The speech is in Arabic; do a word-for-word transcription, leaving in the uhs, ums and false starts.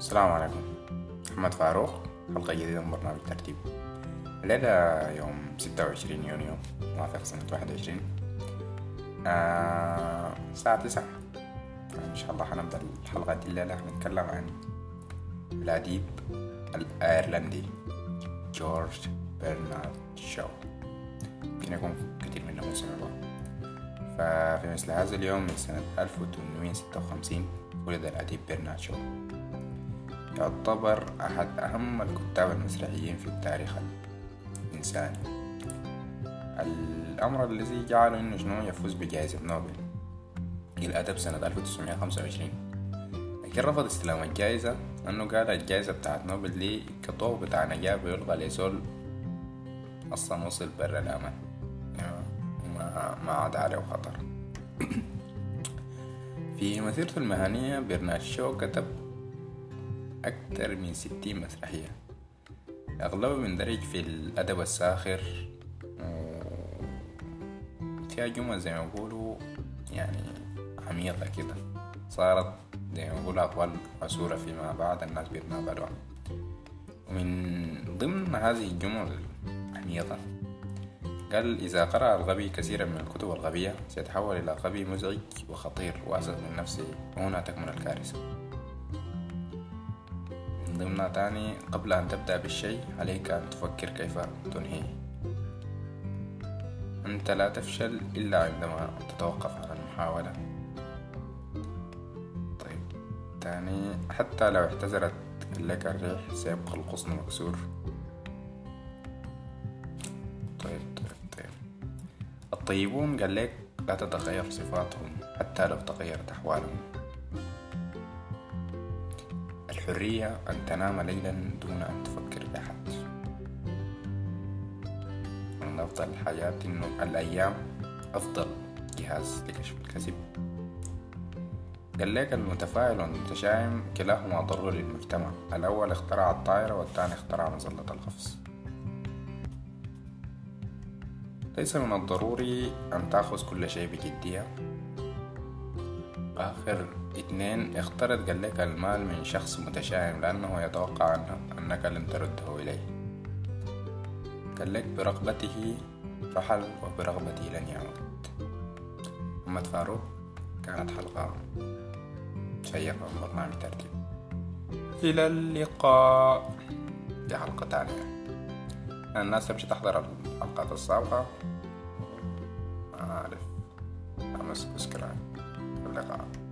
السلام عليكم. محمد فاروق، حلقة جديدة من برنامج ترتيب. الليلة يوم ستة وعشرين يونيو موافق سنة واحد وعشرين، آه الساعة تسعة. إن شاء الله حنبدأ الحلقة دي. الليلة حنتكلم عن الأديب الأيرلندي جورج برنارد شو. يمكن يكون كثير منهم سمعوا. ففي مثل هذا اليوم من سنة ألف وثمانمائة وستة وخمسين ولد الأديب برنارد شو. يعتبر أحد أهم الكتاب المسرحيين في التاريخ الإنساني، الأمر الذي جعله إنه شنو يفوز بجائزة نوبل للأدب سنة ألف وتسعمائة وخمسة وعشرين. لكن رفض استلام الجائزة لأنه قال الجائزة بتاعت نوبل دي كطوب بتاع نجاة بيلغى لزول أصلا وصل برا الأمان، ما ما عاد عليه خطر. في مسيرته المهنية برنارد شو كتب أكثر من ستين مسرحية، أغلبها مندرج في الأدب الساخر، فيها جمل زي ما يقولوا يعني عميقة كده، صارت زي ما يقولوا أقوال عسورة فيما بعد الناس بيرنا بالوها. ومن ضمن هذه الجمل العميقة قال: إذا قرأ الغبي كثيرا من الكتب الغبية سيتحول إلى غبي مزعج وخطير وأسد من نفسه، وهنا تكمن الكارثة. ضمنها تاني: قبل أن تبدأ بالشيء عليك أن تفكر كيف تنهيه. أنت لا تفشل إلا عندما تتوقف عن المحاولة. طيب تاني: حتى لو احتزرت لك الريح سيبقى الغصن مكسور. طيب طيب طيب الطيبون قال لك لا تتغير صفاتهم حتى لو تغيرت أحوالهم. الحرية أن تنام ليلا دون أن تفكر بأحد. من أفضل الحاجات إنه الأيام أفضل جهاز لكشف الكذب. قال لك المتفاعل والمتشائم كلاهما ضر للمجتمع، الأول اخترع الطائرة والثاني اخترع مظلة القفز. ليس من الضروري أن تأخذ كل شيء بجدية. آخر اثنين: اخترت قال لك المال من شخص متشائم لأنه يتوقع أنك لن ترده إليه. قال لك برغبته رحل وبرغبته لن يعود. محمد فاروق، كانت حلقة شيقة من برنامج ترتيب. إلى اللقاء في حلقة تانية. الناس تمشي تحضر الحلقات السابقة، ما أعرف أمس سبسكرايب. اللقاء.